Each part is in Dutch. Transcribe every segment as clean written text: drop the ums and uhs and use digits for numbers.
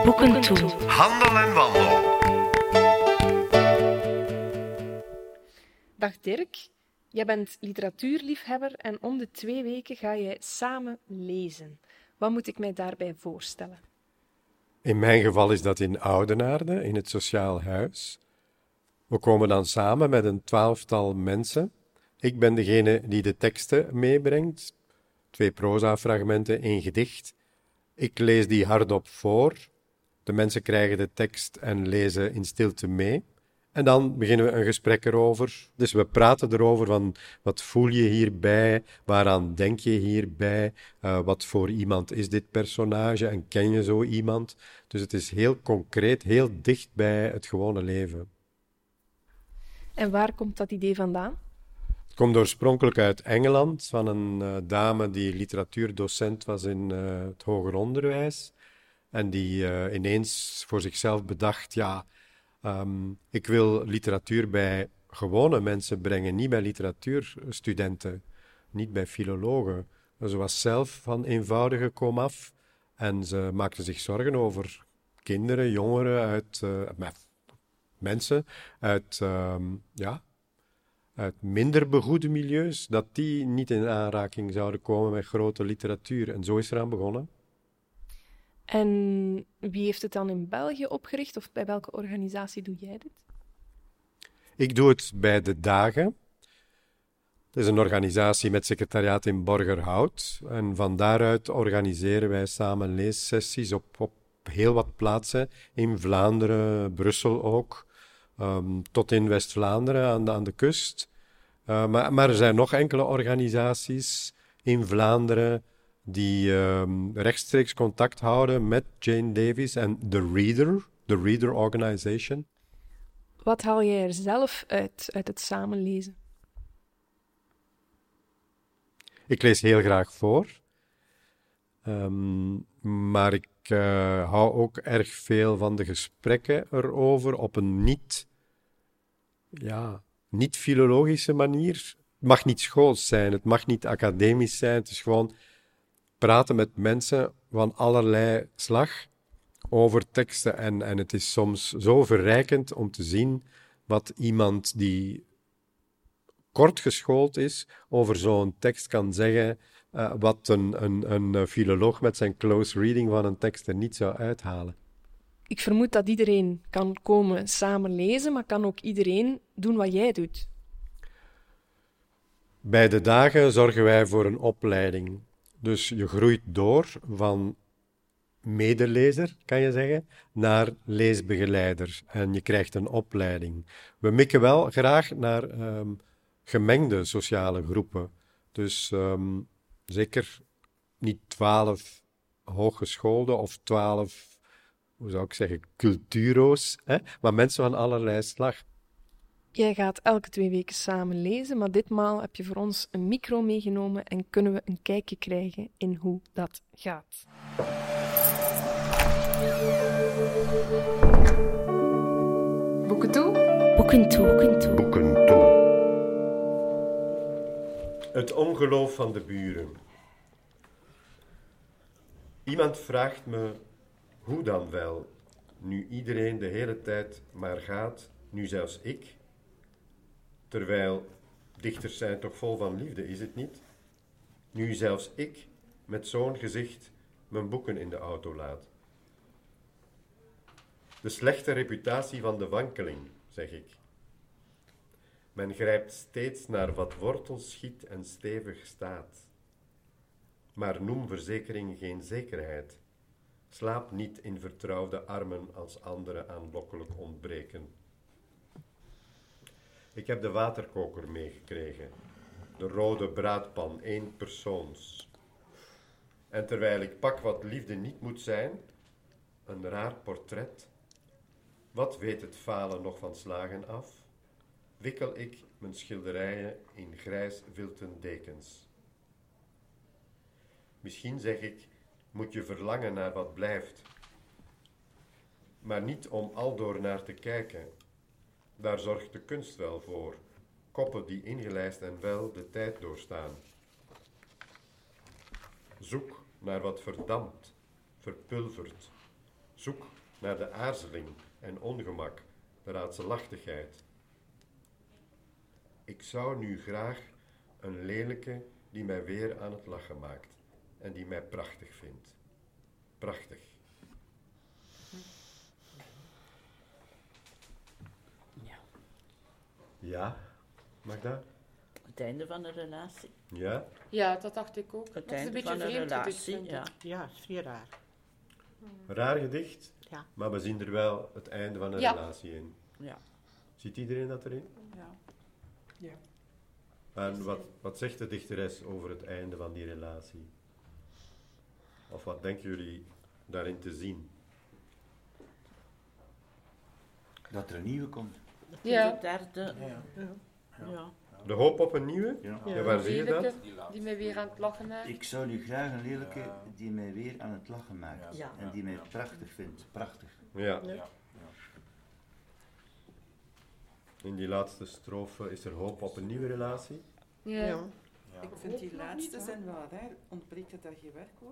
Boeken toe. Handel en wandel. Dag Dirk, jij bent literatuurliefhebber en om de 2 weken ga jij samen lezen. Wat moet ik mij daarbij voorstellen? In mijn geval is dat in Oudenaarde, in het Sociaal Huis. We komen dan samen met een 12-tal mensen. Ik ben degene die de teksten meebrengt. 2 proza-fragmenten, 1 gedicht. Ik lees die hardop voor. De mensen krijgen de tekst en lezen in stilte mee. En dan beginnen we een gesprek erover. Dus we praten erover van wat voel je hierbij, waaraan denk je hierbij, wat voor iemand is dit personage en ken je zo iemand. Dus het is heel concreet, heel dicht bij het gewone leven. En waar komt dat idee vandaan? Het komt oorspronkelijk uit Engeland, van een dame die literatuurdocent was in het hoger onderwijs. En die ineens voor zichzelf bedacht, ik wil literatuur bij gewone mensen brengen, niet bij literatuurstudenten, niet bij filologen. Ze was zelf van eenvoudige komaf en ze maakte zich zorgen over kinderen, jongeren, mensen uit minder begoede milieus, dat die niet in aanraking zouden komen met grote literatuur. En zo is eraan begonnen. En wie heeft het dan in België opgericht of bij welke organisatie doe jij dit? Ik doe het bij De Dagen. Het is een organisatie met secretariaat in Borgerhout. En van daaruit organiseren wij samen leessessies op heel wat plaatsen. In Vlaanderen, Brussel ook. Tot in West-Vlaanderen aan de kust. Maar er zijn nog enkele organisaties in Vlaanderen die rechtstreeks contact houden met Jane Davies en The Reader Organization. Wat haal jij er zelf uit het samenlezen? Ik lees heel graag voor, maar ik hou ook erg veel van de gesprekken erover op een niet filologische manier. Het mag niet schools zijn, het mag niet academisch zijn, het is gewoon praten met mensen van allerlei slag over teksten. En het is soms zo verrijkend om te zien wat iemand die kort geschoold is over zo'n tekst kan zeggen, wat een filoloog met zijn close reading van een tekst er niet zou uithalen. Ik vermoed dat iedereen kan komen samen lezen, maar kan ook iedereen doen wat jij doet? Bij De Dagen zorgen wij voor een opleiding. Dus je groeit door van medelezer, kan je zeggen, naar leesbegeleider. En je krijgt een opleiding. We mikken wel graag naar gemengde sociale groepen. Dus zeker niet 12 hooggeschoolden of 12, hoe zou ik zeggen, culturo's, maar mensen van allerlei slag. Jij gaat elke 2 weken samen lezen, maar ditmaal heb je voor ons een micro meegenomen en kunnen we een kijkje krijgen in hoe dat gaat. Boeken toe? Boeken toe. Boeken toe. Boeken toe. Het ongeloof van de buren. Iemand vraagt me, hoe dan wel, nu iedereen de hele tijd maar gaat, nu zelfs ik? Terwijl dichters zijn toch vol van liefde, is het niet? Nu zelfs ik met zo'n gezicht mijn boeken in de auto laat. De slechte reputatie van de wankeling, zeg ik. Men grijpt steeds naar wat wortel schiet en stevig staat. Maar noem verzekering geen zekerheid. Slaap niet in vertrouwde armen als anderen aanlokkelijk ontbreken. Ik heb de waterkoker meegekregen. De rode braadpan, 1 persoons. En terwijl ik pak wat liefde niet moet zijn, een raar portret. Wat weet het falen nog van slagen af? Wikkel ik mijn schilderijen in grijs vilten dekens. Misschien zeg ik, moet je verlangen naar wat blijft. Maar niet om aldoor naar te kijken. Daar zorgt de kunst wel voor. Koppen die ingelijst en wel de tijd doorstaan. Zoek naar wat verdampt, verpulvert, Zoek naar de aarzeling en ongemak, de raadselachtigheid. Ik zou nu graag een lelijke die mij weer aan het lachen maakt en die mij prachtig vindt. Prachtig. Ja. Ja, Magda? Het einde van een relatie. Ja? Ja, dat dacht ik ook. Het Dat is een einde beetje van een vreemd, gedicht, relatie, vind ik. ja. Ja, is vrij raar. Raar gedicht, Ja. maar we zien er wel het einde van een Ja. relatie in. Ja. Ziet iedereen dat erin? Ja. En wat zegt de dichteres over het einde van die relatie? Of wat denken jullie daarin te zien? Dat er een nieuwe komt. Ja. De derde. Ja. Ja. De hoop op een nieuwe? Ja. Ja, waar zie je dat? Lelijke, die mij weer aan het lachen maakt. Ik zou nu graag een lelijke die mij weer aan het lachen maakt. Ja. En die mij prachtig vindt. Prachtig. Ja. Ja. In die laatste strofe is er hoop op een nieuwe relatie. Ja. Ja. Ik vind die laatste zijn wel raar. Ontbreekt het dat je werkwoord?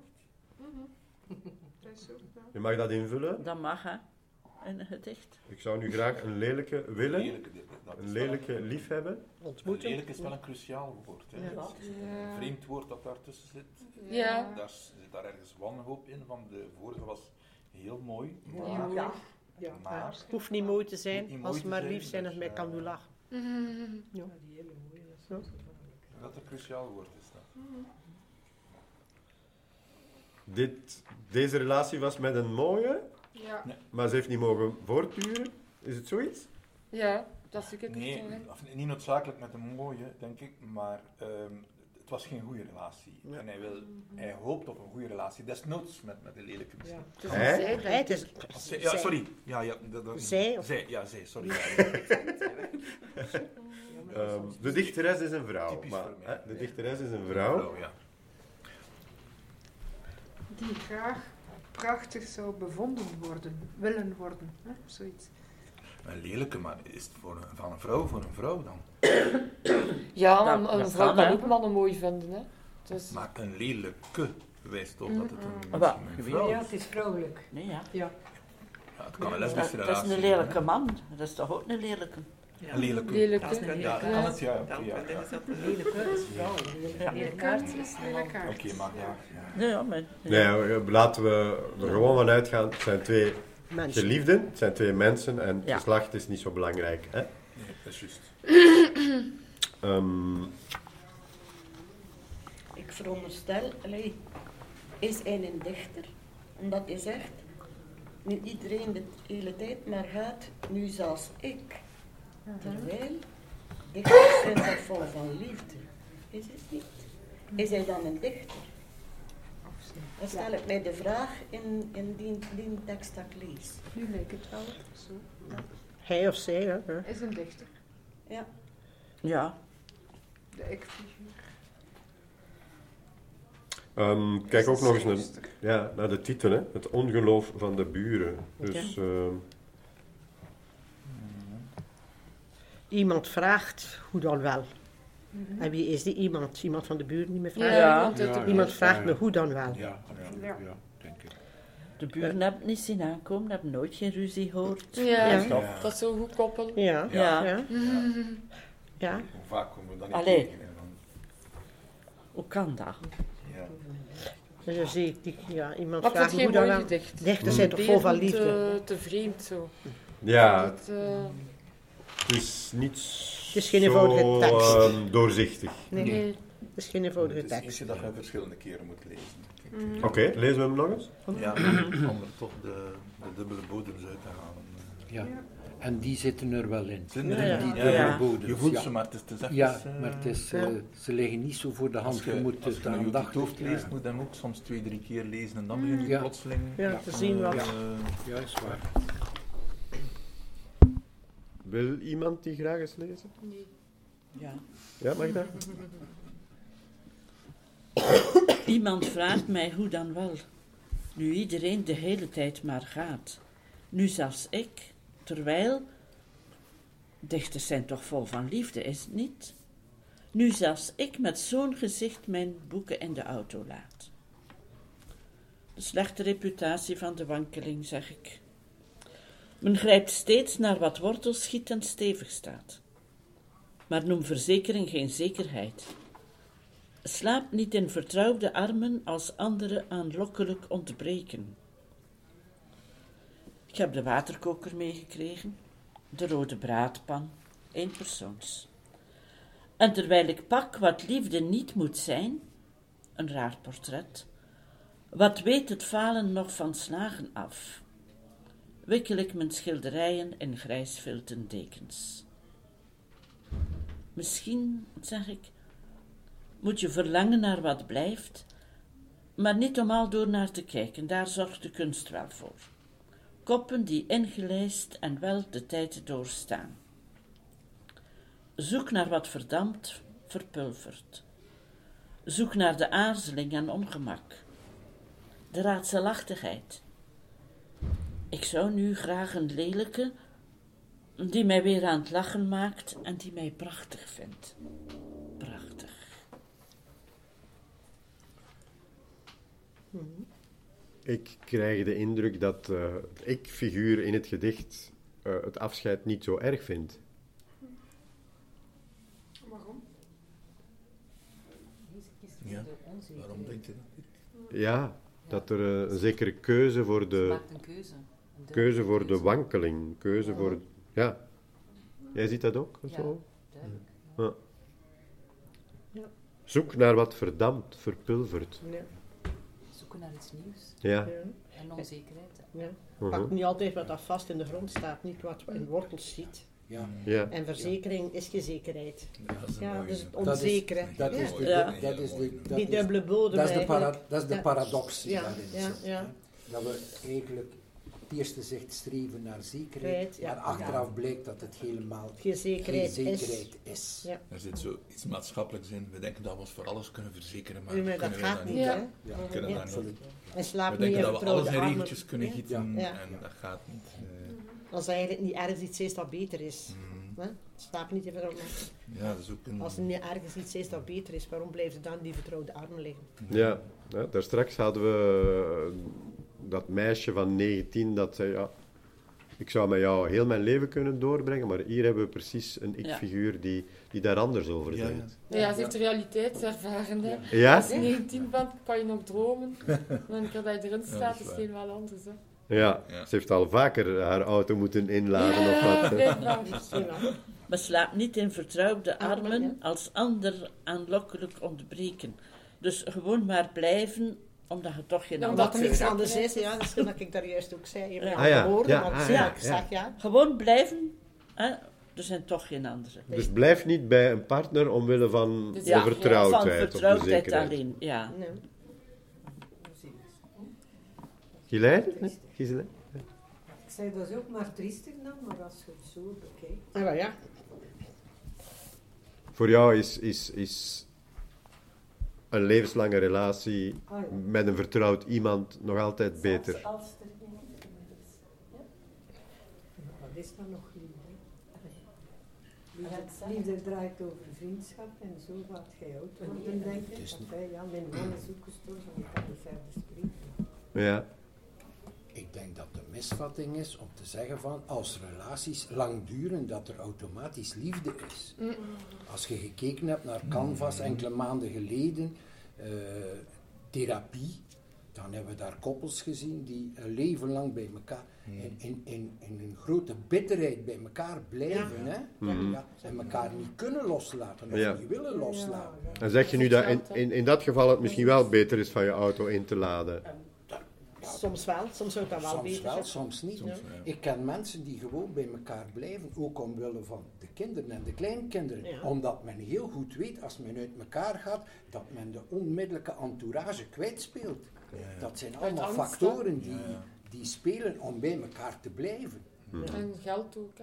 Je mag dat invullen. Dat mag, hè. In een gedicht. Ik zou nu graag een lelijke willen, Dat een is lelijke liefhebben. wel, Ontmoeten. lelijk is wel een cruciaal woord. Hè. Ja. Dat is een vreemd woord dat daartussen zit. Ja. Daar zit daar ergens wanhoop in, van de vorige was heel mooi. Ja. Maar Hoeft niet mooi te Moet zijn, niet mooi als het te maar zijn, lief zijn dus, en mij kan doen lachen. dat een cruciaal woord is. Dat. Deze relatie was met een mooie, Ja. maar ze heeft niet mogen voortduren. Is het zoiets? Ja, dat zie ik Nee, het of niet noodzakelijk met een mooie, denk ik, maar het was geen goede relatie. Ja. En hij hoopt op een goede relatie, desnoods met een lelijke misschien. Dus Hè? zij, denk Het ik. is, Ja, sorry. Ja, Zij of- zij, sorry. De dichteres is een vrouw. Typisch Maar, voor mij. hè, de dichteres is een vrouw. Ja. Die graag prachtig zou bevonden worden, willen worden, hè? Zoiets. Een lelijke, maar is het van een vrouw voor een vrouw dan? Ja, Dat- een dat vrouw kan, kan hè. ook mannen mooi vinden. Hè. Dus, Maar een lelijke wijst op dat het Wel, een vrouw is. is vrouwelijk. Nee, ja. Ja, het kan een Dat, lesbische dat relatie is een zijn, lelijke hè. man. Dat is toch ook een lelijke? Een lelijke. lelijke. Dat is een Ja, lelijke. kan het, ja. Dan Ja, kan ja. is dat een Lelijke is vrouw. Ja. Lelijkaard is lelijkaard. Oké, maar ja. Nee, ja, maar... Nee, laten we er gewoon van uitgaan. Het zijn twee mensen. geliefden, het zijn twee mensen en Ja. geslacht is niet zo belangrijk. Hè? Nee, dat is juist. Ehm, Ik veronderstel, is hij een dichter? Omdat hij zegt, niet iedereen de hele tijd maar gaat, nu zelfs ik. Terwijl, dichters zijn toch vol van liefde. Is het niet? Is hij dan een dichter? Dan stel ik mij de vraag in die tekst dat ik lees. Nu lijkt het wel zo. Hij of zij, hè. Is een dichter, Ja, Ja. de ik-figuur. kijk ook Is nog een eens naar de titel, hè? Het ongeloof van de buren. Dus Iemand vraagt, hoe dan wel? En wie is die iemand? Iemand van de buurt die me vraagt? Ja. iemand uit de Iemand buurt. vraagt me, hoe dan wel? Ja, denk ik. De buren hebben het niet zien aankomen, hebben nooit geen ruzie gehoord. Ja, Ja. dat is zo goed koppelen. Ja. Ja. Ja. Ja. Hoe vaak komen we dan niet Allee. tegen? En dan- Hoe kan dat? Ja. Dus dan zie ik, iemand Maar ik vraagt vind me, het hoe geen dan mooi wel? gedicht. Dichters zijn toch vol van liefde? Te vreemd zo. ja, Het, het is niet Het is geen eenvoudige tekst. doorzichtig. nee. Het is geen eenvoudige Het is tekst. eentje dat je verschillende keren moet lezen. denk ik. Oké, lezen we hem nog eens? Ja, om er toch de dubbele bodems uit te halen. Ja, en die zitten er wel in. Zitten Ja, erin? ja. Die Ja, ja. dubbele bodems. Je voelt ja. ze, maar het is echt... Ja, maar het is, ze liggen niet zo voor de hand. Als Je moet als het je naar aandachtig je hoofd leest, ja. moet je hem ook soms 2-3 keer lezen en dan begin je Ja. plotseling... Ja, te zien wat. Ja, is waar. Wil iemand die graag eens lezen? Ja. Ja, mag dat? Iemand vraagt mij hoe dan wel. Nu iedereen de hele tijd maar gaat. Nu zelfs ik, terwijl... Dichters zijn toch vol van liefde, is het niet? Nu zelfs ik met zo'n gezicht mijn boeken in de auto laat. De slechte reputatie van de wankeling, zeg ik. Men grijpt steeds naar wat wortel schiet en stevig staat. Maar noem verzekering geen zekerheid. Slaap niet in vertrouwde armen als anderen aanlokkelijk ontbreken. Ik heb de waterkoker meegekregen, de rode braadpan, 1 persoons. En terwijl ik pak wat liefde niet moet zijn, een raar portret, wat weet het falen nog van slagen af, wikkel ik mijn schilderijen in grijsvilten dekens. Misschien, zeg ik, moet je verlangen naar wat blijft, maar niet om aldoor naar te kijken, daar zorgt de kunst wel voor. Koppen die ingelijst en wel de tijd doorstaan. Zoek naar wat verdampt, verpulvert. Zoek naar de aarzeling en ongemak. De raadselachtigheid. Ik zou nu graag een lelijke, die mij weer aan het lachen maakt en die mij prachtig vindt. Prachtig. Ik krijg de indruk dat het ik-figuur in het gedicht het afscheid niet zo erg vindt. Waarom? Ja, waarom denk je dat? Ja, dat er een zekere keuze voor de... maakt een keuze. Keuze voor de wankeling. Keuze voor... Ja. Jij ziet dat ook? Ja, Zo? duidelijk. Ja. Ja. Zoek naar wat verdampt, verpulvert. Ja. Zoeken naar iets nieuws. Ja. En onzekerheid. Ja. Pak niet altijd wat dat vast in de grond staat, niet wat in wortels ziet. Ja. Ja. En verzekering is gezekerheid. Ja, Dus het onzekere. Dat is die dubbele bodem. Dat is de paradox daarin. Ja. Dat we eigenlijk op het eerste zicht streven naar zekerheid, maar achteraf blijkt dat het helemaal geen zekerheid is. Ja. Er zit zoiets maatschappelijks in. We denken dat we ons voor alles kunnen verzekeren, maar dat kunnen gaat we niet, hè? We kunnen daar niet. En slaap We denken niet dat we alles in regeltjes kunnen gieten en dat gaat niet. Als eigenlijk niet ergens iets is dat beter is. Slaap niet even ja, dat is ook een... Als er niet ergens iets is dat beter is, waarom blijven dan die vertrouwde armen liggen? Ja, daar straks hadden we dat meisje van 19 dat zei, ja, ik zou met jou heel mijn leven kunnen doorbrengen, maar hier hebben we precies een ik-figuur die daar anders over denkt. Ja, ze heeft de realiteit ervaren. Hè. Ja? Als je 19 bent, kan je nog dromen. Maar een keer dat je erin staat, is het helemaal anders. Hè. Ja, ze heeft al vaker haar auto moeten inladen of wat. Maar slaap niet in vertrouwde armen als ander aanlokkelijk ontbreken. Dus gewoon maar blijven, omdat je toch geen omdat er niks anders is, ja, dat is wat ik daar juist ook zei. Gewoon blijven, hè? Er zijn toch geen andere. Dus blijf niet bij een partner omwille van de vertrouwdheid. Van vertrouwdheid alleen, ja. Nee. Gisela? Ik zei dat is ook maar triestig dan, maar als je het zo bekijkt. Ja. Voor jou is een levenslange relatie met een vertrouwd iemand nog altijd beter. Als er iemand is. Wat is dan nog liefde? Liefde draait over vriendschap en zo gaat jij oud worden, denk ik. Ja, mijn man is ook gestorven, ik kan niet verder spreken. Ja. Ik denk dat de misvatting is om te zeggen van als relaties lang duren dat er automatisch liefde is. Als je gekeken hebt naar Canvas enkele maanden geleden, therapie, dan hebben we daar koppels gezien die een leven lang bij elkaar in een grote bitterheid bij elkaar blijven. Hè? En elkaar niet kunnen loslaten of niet willen loslaten. En zeg je nu dat in dat geval het misschien wel beter is van je auto in te laden? Soms wel, soms zou dat wel beter zijn. Soms niet. Ja. Ik ken mensen die gewoon bij elkaar blijven, ook omwille van de kinderen en de kleinkinderen. Ja. Omdat men heel goed weet, als men uit elkaar gaat, dat men de onmiddellijke entourage kwijtspeelt. Ja. Dat zijn allemaal factoren die spelen om bij elkaar te blijven. En geld ook.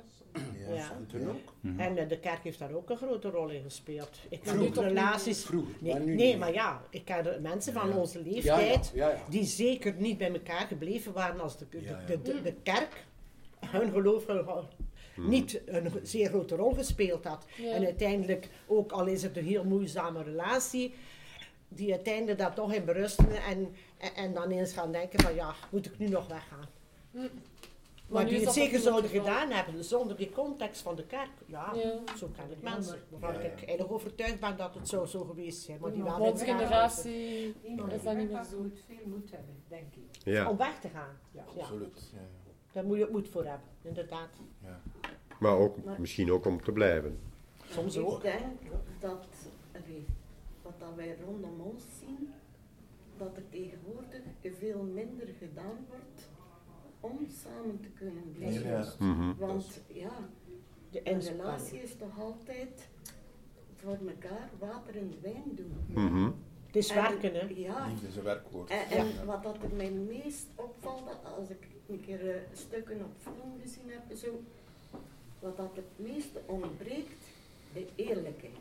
En de kerk heeft daar ook een grote rol in gespeeld. Ik vroeger, relaties. Maar ja, ik ken mensen van onze leeftijd die zeker niet bij elkaar gebleven waren als de kerk hun geloof niet een zeer grote rol gespeeld had. En uiteindelijk, ook al is het een heel moeizame relatie, die uiteindelijk dat toch in berusten En dan eens gaan denken van, ja, moet ik nu nog weggaan? Maar die nu is het dat zeker ook zouden niet het geval. gedaan hebben, zonder die context van de kerk. Ja, zo ken ik mensen. Waarvan ik eigenlijk overtuigd ben dat het zo geweest is. Maar die wel Onze generatie is dat niet meer zo. moet veel moed hebben, denk ik. Ja. Om weg te gaan. Ja, absoluut. Ja. Daar moet je moed voor hebben, inderdaad. Ja. Maar ook, misschien ook om te blijven. Soms Ik ook. denk dat, wat dat wij rondom ons zien, dat er tegenwoordig veel minder gedaan wordt om samen te kunnen blijven. Ja. Want ja, een relatie is toch altijd voor elkaar water in de wijn doen. Het is werken, hè? Ja. Liefde is een werkwoord. En wat dat er mij meest opvalt, als ik een keer stukken op film gezien heb, zo, wat dat het meeste ontbreekt, de eerlijkheid.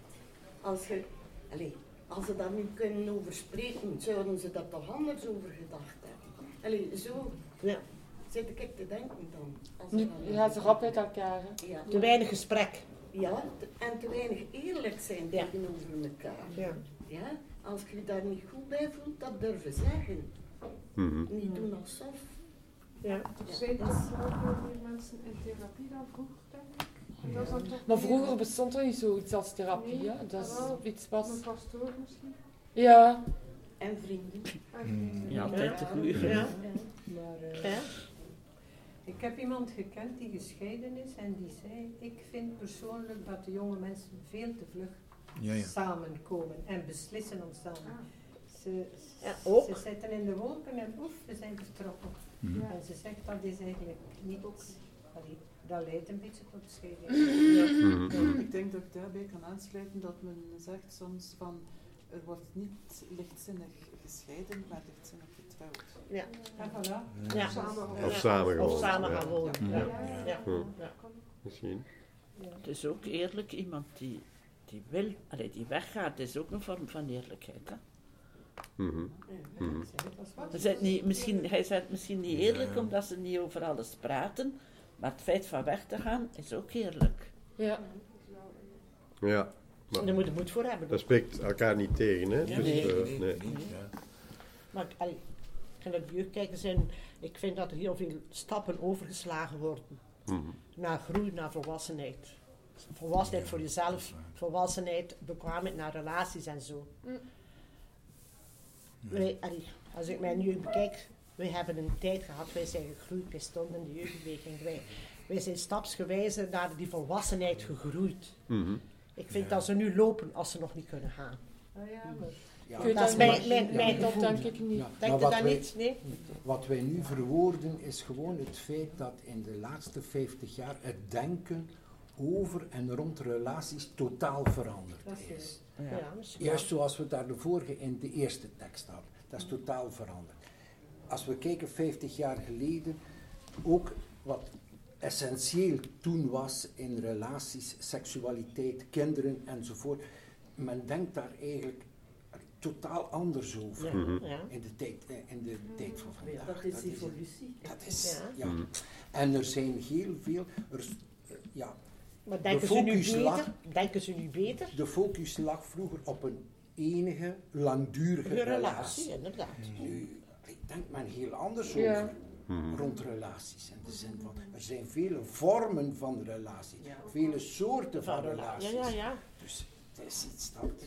Als ze daar niet kunnen over spreken, zouden ze daar toch anders over gedacht hebben. Zo zit ik te denken dan. Ja, ze rap uit elkaar. Hè? Ja. Te weinig gesprek. Ja, en te weinig eerlijk zijn tegenover elkaar. Ja. Ja? Als je je daar niet goed bij voelt, dat durven zeggen. Niet doen alsof. Ja. Zijn er ook meer mensen in therapie dan vroeger, denk ik? Dat is dan toch Maar vroeger bestond er niet zoiets als therapie. Nee, Hè? Dat is wel, iets was. een pastoor misschien. Ja. En vrienden. Ja, altijd de goede Ja. vrienden. Maar, ik heb iemand gekend die gescheiden is en die zei, ik vind persoonlijk dat de jonge mensen veel te vlug samenkomen en beslissen om samen. Ze zitten in de wolken en we zijn vertrokken. En ze zegt dat is eigenlijk niet, dat leidt een beetje tot scheiding. Ik denk dat ik daarbij kan aansluiten dat men zegt soms van er wordt niet lichtzinnig gescheiden, maar lichtzinnig getrouwd. Ja. Voilà. Ja. Of samen gewoon. Of samen gaan wonen. Ja. Misschien. Het is ook eerlijk, iemand die wil, die weggaat, is ook een vorm van eerlijkheid. Hè? Hij zegt misschien niet eerlijk omdat ze niet over alles praten, maar het feit van weg te gaan is ook eerlijk. Ja. Ja. Maar daar moet je moed voor hebben. Dat spreekt elkaar niet tegen, hè? Ja, Dus, nee. Maar ik ga naar de jeugd kijken en ik vind dat er heel veel stappen overgeslagen worden. Naar groei, naar volwassenheid. Volwassenheid voor jezelf, volwassenheid, bekwaamheid naar relaties en zo. Als ik mijn jeugd bekijk, wij hebben een tijd gehad, wij zijn gegroeid, wij stonden in de jeugdbeweging. Wij zijn stapsgewijze naar die volwassenheid gegroeid. Ik vind dat ze nu lopen als ze nog niet kunnen gaan. Dat is mijn gevoel. Denk ik niet. Denk je dat niet? Nee? Wat wij nu verwoorden is gewoon het feit dat in de laatste 50 jaar het denken over en rond relaties totaal veranderd is. Juist zoals we daar de vorige in de eerste tekst hadden. Dat is totaal veranderd. Als we kijken 50 jaar geleden, ook wat essentieel toen was in relaties, seksualiteit, kinderen enzovoort. Men denkt daar eigenlijk totaal anders over in de tijd van vandaag. Dat is evolutie. Dat is, En er zijn heel veel... Maar denken ze nu beter? De focus lag vroeger op een enige, langdurige relatie. Inderdaad. Nu denkt men heel anders over rond relaties. In de zin van, er zijn vele vormen van relaties, vele soorten van relaties. Dus het is iets dat,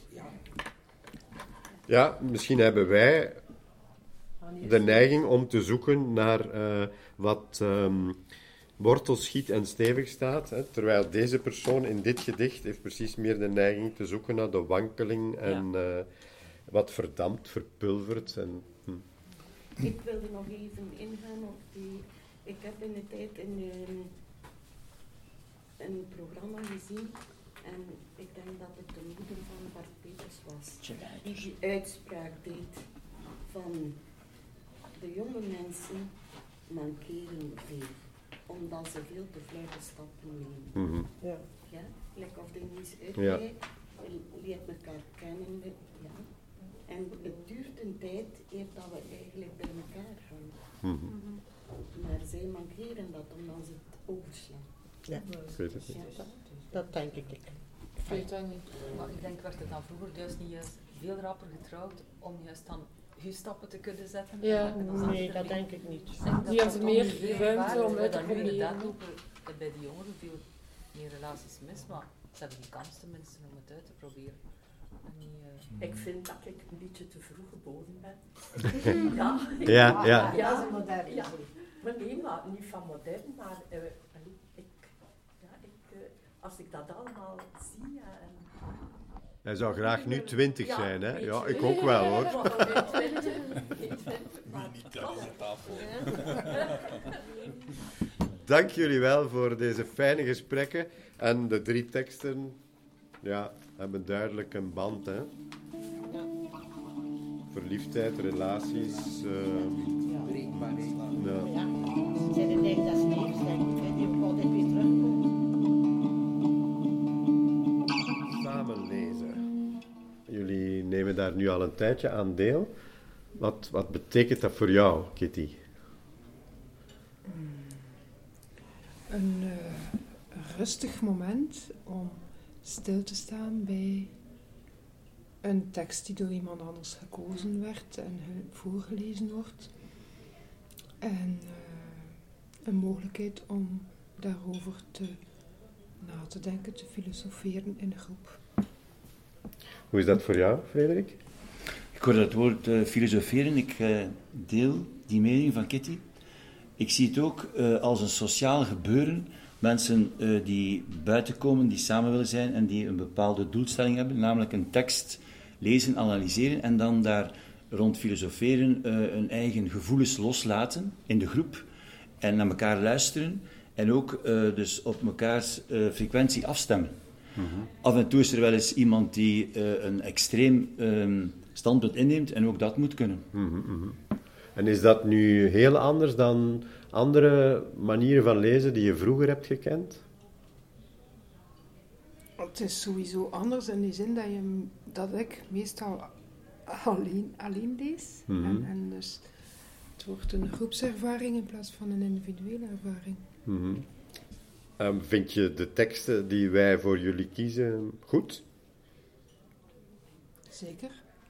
Ja, misschien hebben wij de neiging om te zoeken naar wat wortelschiet en stevig staat, hè, terwijl deze persoon in dit gedicht heeft precies meer de neiging te zoeken naar de wankeling en wat verdampt, verpulvert. Ik wilde nog even ingaan op die... Ik heb in de tijd een programma gezien en ik denk dat het de moeder van Bart Peters was, die uitspraak deed van de jonge mensen mankeren veel, omdat ze veel te vlugge stappen nemen. Like of die niet uitleert, leert elkaar kennen. En het duurt een tijd eer dat we eigenlijk bij elkaar gaan. Maar zij mankeren dat omdat ze het overslaan. Ja, ik weet het niet. Dat denk ik. Ik weet dat niet. Maar ik denk, werd het dan vroeger juist niet juist veel rapper getrouwd om juist dan je stappen te kunnen zetten. Ja. Nee, dat denk ik niet. Die hebben meer ruimte om uit te proberen. Inderdaad ook bij die jongeren veel meer relaties mis, maar ze hebben die kans tenminste om het uit te proberen. Ik vind dat ik een beetje te vroeg geboren ben. Ja. Ja, dat is modern. Ja. Maar nee, maar niet van modern, maar als ik dat allemaal zie... Hij zou graag nu 20 zijn, hè? Ja, ik ook wel, hoor. Niet aan de tafel. Dank jullie wel voor deze fijne gesprekken. En de 3 teksten hebben duidelijk een band, hè? Verliefdheid, relaties... breekbaarheid. Ja. Ze zijn de eigen des levens, denk ik, die ook altijd weer terugkomen. Samen lezen. Jullie nemen daar nu al een tijdje aan deel. Wat betekent dat voor jou, Kitty? Een rustig moment om stil te staan bij een tekst die door iemand anders gekozen werd en voorgelezen wordt. En een mogelijkheid om daarover na te denken, te filosoferen in een groep. Hoe is dat voor jou, Frederik? Ik hoor dat woord filosoferen. Ik deel die mening van Kitty. Ik zie het ook als een sociaal gebeuren. Mensen die buiten komen, die samen willen zijn en die een bepaalde doelstelling hebben, namelijk een tekst lezen, analyseren en dan daar rond filosoferen, hun eigen gevoelens loslaten in de groep en naar elkaar luisteren en ook dus op mekaars frequentie afstemmen. Mm-hmm. Af en toe is er wel eens iemand die een extreem standpunt inneemt en ook dat moet kunnen. Mm-hmm, mm-hmm. En is dat nu heel anders dan andere manieren van lezen die je vroeger hebt gekend? Het is sowieso anders in die zin dat ik meestal alleen lees. Mm-hmm. En dus het wordt een groepservaring in plaats van een individuele ervaring. Mm-hmm. Vind je de teksten die wij voor jullie kiezen goed? Zeker.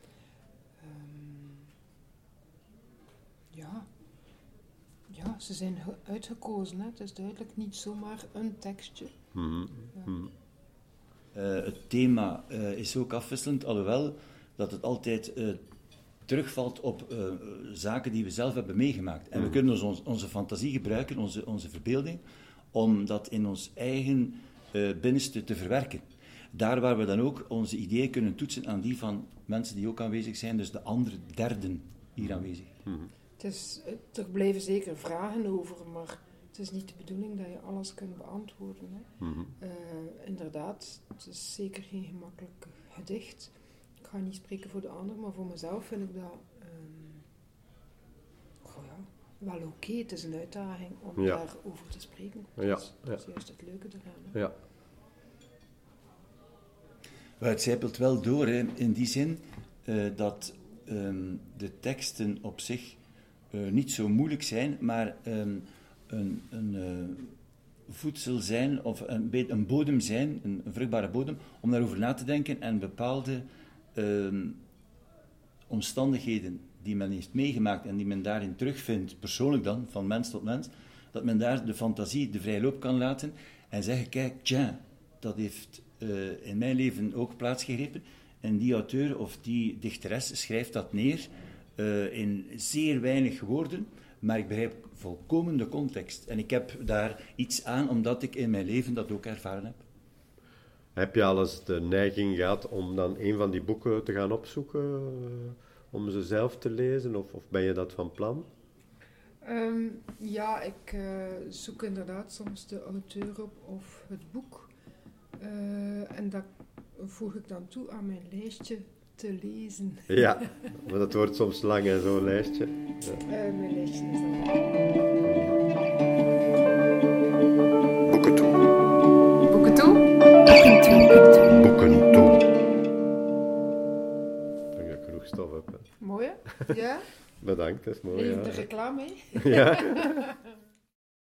Ja, ze zijn uitgekozen. Hè. Het is duidelijk niet zomaar een tekstje. Mm-hmm. Ja. Mm-hmm. Het thema is ook afwisselend, alhoewel dat het altijd terugvalt op zaken die we zelf hebben meegemaakt. En we kunnen dus onze fantasie gebruiken, onze verbeelding, om dat in ons eigen binnenste te verwerken. Daar waar we dan ook onze ideeën kunnen toetsen aan die van mensen die ook aanwezig zijn, dus de andere derden hier aanwezig. Mm-hmm. Er blijven zeker vragen over, maar het is niet de bedoeling dat je alles kunt beantwoorden. Hè. Mm-hmm. Inderdaad, het is zeker geen gemakkelijk gedicht. Ik ga niet spreken voor de ander, maar voor mezelf vind ik dat wel oké. Het is een uitdaging om daarover te spreken. Dat is juist het leuke eraan. Hè. Ja. Maar het zijpelt wel door, hè, in die zin dat de teksten op zich niet zo moeilijk zijn, maar een voedsel zijn of een bodem zijn, een vruchtbare bodem, om daarover na te denken en bepaalde omstandigheden die men heeft meegemaakt en die men daarin terugvindt, persoonlijk dan, van mens tot mens, dat men daar de fantasie de vrije loop kan laten en zeggen, kijk, tja, dat heeft in mijn leven ook plaatsgegrepen en die auteur of die dichteres schrijft dat neer in zeer weinig woorden, maar ik begrijp volkomen de context. En ik heb daar iets aan, omdat ik in mijn leven dat ook ervaren heb. Heb je al eens de neiging gehad om dan een van die boeken te gaan opzoeken, om ze zelf te lezen, of ben je dat van plan? Ja, ik zoek inderdaad soms de auteur op of het boek. En dat voeg ik dan toe aan mijn lijstje te lezen. Ja, maar dat wordt soms lang, hè, zo'n lijstje. Ja. Mijn lijstje is dan... Boeken toe. Boeken toe? Boeken toe. Boeken toe. Ik denk dat ik genoeg stof heb. Hè. Mooi, hè? Ja? Bedankt, dat is mooi. Even de reclame, hè? Ja.